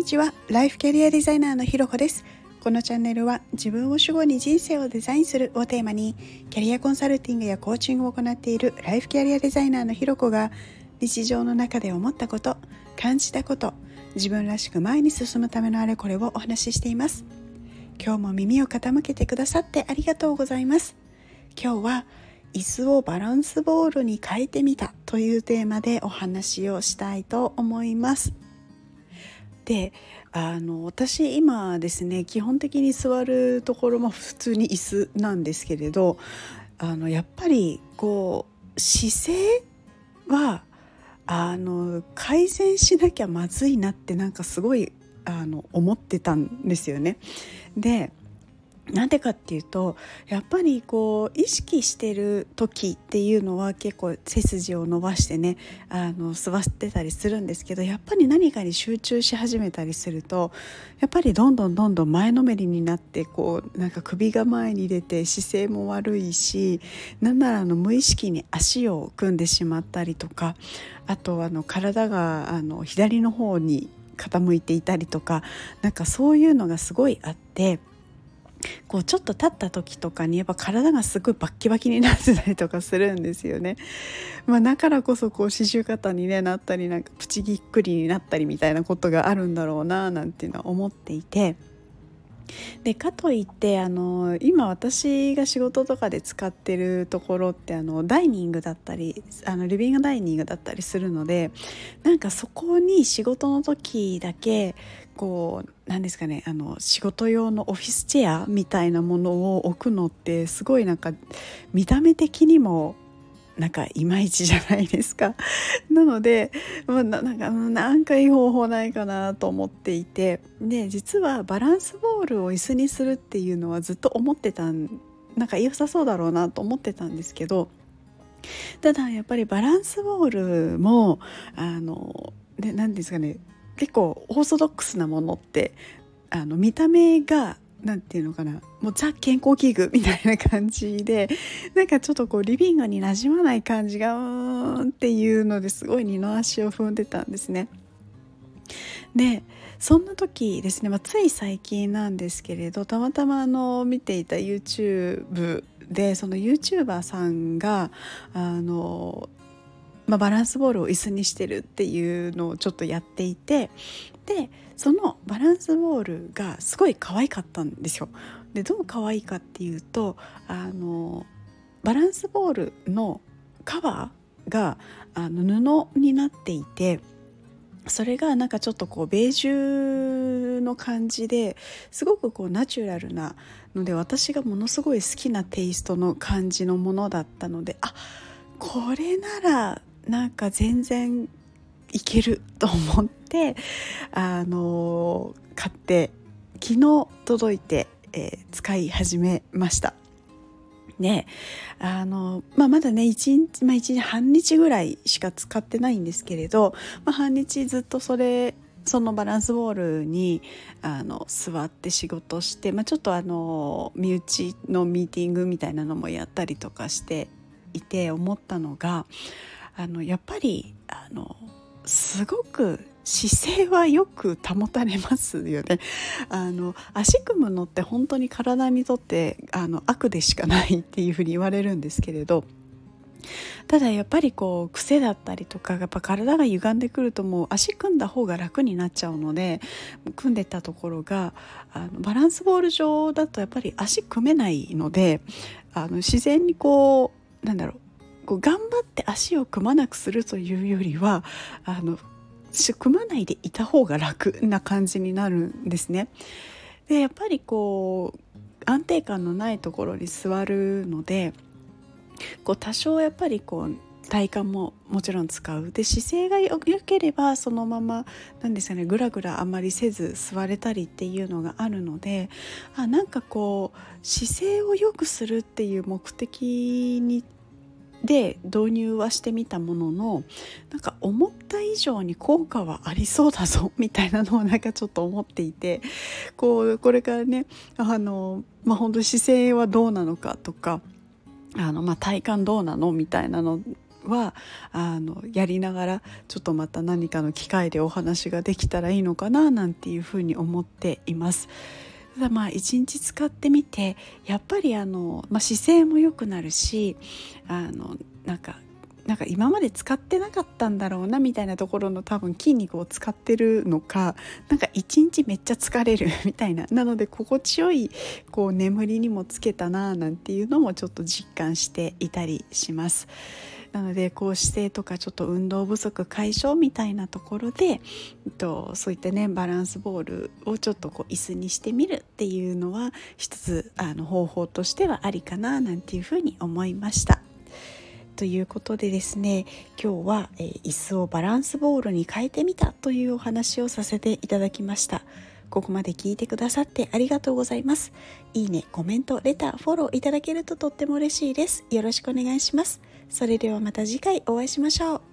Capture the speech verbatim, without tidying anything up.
にちは。ライフキャリアデザイナーのひろこです。このチャンネルは自分を主語に人生をデザインするをテーマに、キャリアコンサルティングやコーチングを行っているライフキャリアデザイナーのひろこが、日常の中で思ったこと、感じたこと、自分らしく前に進むためのあれこれをお話ししています。今日も耳を傾けてくださってありがとうございます。今日は椅子をバランスボールに変えてみたというテーマでお話をしたいと思います。で、あの私今ですね、基本的に座るところも普通に椅子なんですけれど、あのやっぱりこう姿勢はあの改善しなきゃまずいなってなんかすごいあの思ってたんですよね。でなんでかっていうと、やっぱりこう意識してる時っていうのは結構背筋を伸ばしてね、あの座ってたりするんですけど、やっぱり何かに集中し始めたりすると、やっぱりどんどんどんどん前のめりになって、こうなんか首が前に出て姿勢も悪いし、なんならあの無意識に足を組んでしまったりとか、あとあの体があの左の方に傾いていたりとか、なんかそういうのがすごいあって、こうちょっと立った時とかにやっぱ体がすごいバッキバキになってたりとかするんですよね。まあ、だからこそこう四十肩に、ね、なったり、なんかプチぎっくりになったりみたいなことがあるんだろうななんていうのは思っていて、でかといってあの今私が仕事とかで使ってるところってあのダイニングだったり、あのリビングダイニングだったりするので、なんかそこに仕事の時だけこうなんですかね、あの仕事用のオフィスチェアみたいなものを置くのってすごいなんか見た目的にもなんかいまいちじゃないですか。なので、まあ、ななんかなんかいい方法ないかなと思っていて、で実はバランスボールを椅子にするっていうのはずっと思ってたん、なんか良さそうだろうなと思ってたんですけど、ただやっぱりバランスボールもあのでなんですかね、結構オーソドックスなものってあの見た目がなんていうのかな、もうザ健康器具みたいな感じで、なんかちょっとこうリビングに馴染まない感じがうーんっていうのですごい二の足を踏んでたんですね。でそんな時ですね、まあ、つい最近なんですけれど、たまたまあの見ていた YouTube で、その YouTuber さんがあの、まあ、バランスボールを椅子にしてるっていうのをちょっとやっていて、でそのバランスボールがすごい可愛かったんですよ。でどう可愛いかっていうと、あのバランスボールのカバーがあの布になっていて、それがなんかちょっとこうベージュの感じですごくこうナチュラルなので、私がものすごい好きなテイストの感じのものだったので、あ、これならなんか全然いけると思ってあの買って昨日届いて、えー使い始めました。であの、まあ、まだねいちにち、まあ、いちにち半日ぐらいしか使ってないんですけれど、まあ、半日ずっとそれそのバランスボールにあの座って仕事して、まあ、ちょっとあの身内のミーティングみたいなのもやったりとかしていて思ったのが、あのやっぱりあのすごく姿勢はよく保たれますよね。あの足組むのって本当に体にとってあの悪でしかないっていうふうに言われるんですけれど、ただやっぱりこう癖だったりとか、やっぱ体が歪んでくるともう足組んだ方が楽になっちゃうので、組んでたところがあのバランスボール上だとやっぱり足組めないので、あの自然にこうなんだろう、こう頑張って足を組まなくするというよりは、あの組まないでいた方が楽な感じになるんですね。でやっぱりこう安定感のないところに座るので、こう多少やっぱりこう体幹ももちろん使う。で姿勢がよければそのままなんですかね、ぐらぐらあまりせず座れたりっていうのがあるので、あなんかこう姿勢を良くするっていう目的にで導入はしてみたものの、なんか思った以上に効果はありそうだぞみたいなのをなんかちょっと思っていて、こうこれからねあの、まあ、本当姿勢はどうなのかとか、あの、まあ、体幹どうなのみたいなのはあのやりながらちょっとまた何かの機会でお話ができたらいいのかななんていうふうに思っています。ただまあ一日使ってみてやっぱりあの、まあ、姿勢も良くなるしあのなんかなんか今まで使ってなかったんだろうなみたいなところの多分筋肉を使ってるのかなんか一日めっちゃ疲れるみたいななので心地よいこう眠りにもつけたななんていうのもちょっと実感していたりします。なのでこう姿勢とかちょっと運動不足解消みたいなところでとそういったねバランスボールをちょっとこう椅子にしてみるっていうのは一つあの方法としてはありかななんていうふうに思いました。ということでですね今日は、えー、椅子をバランスボールに変えてみたというお話をさせていただきました。ここまで聞いてくださってありがとうございます。いいね、コメント、レター、フォローいただけるととっても嬉しいです。よろしくお願いします。それではまた次回お会いしましょう。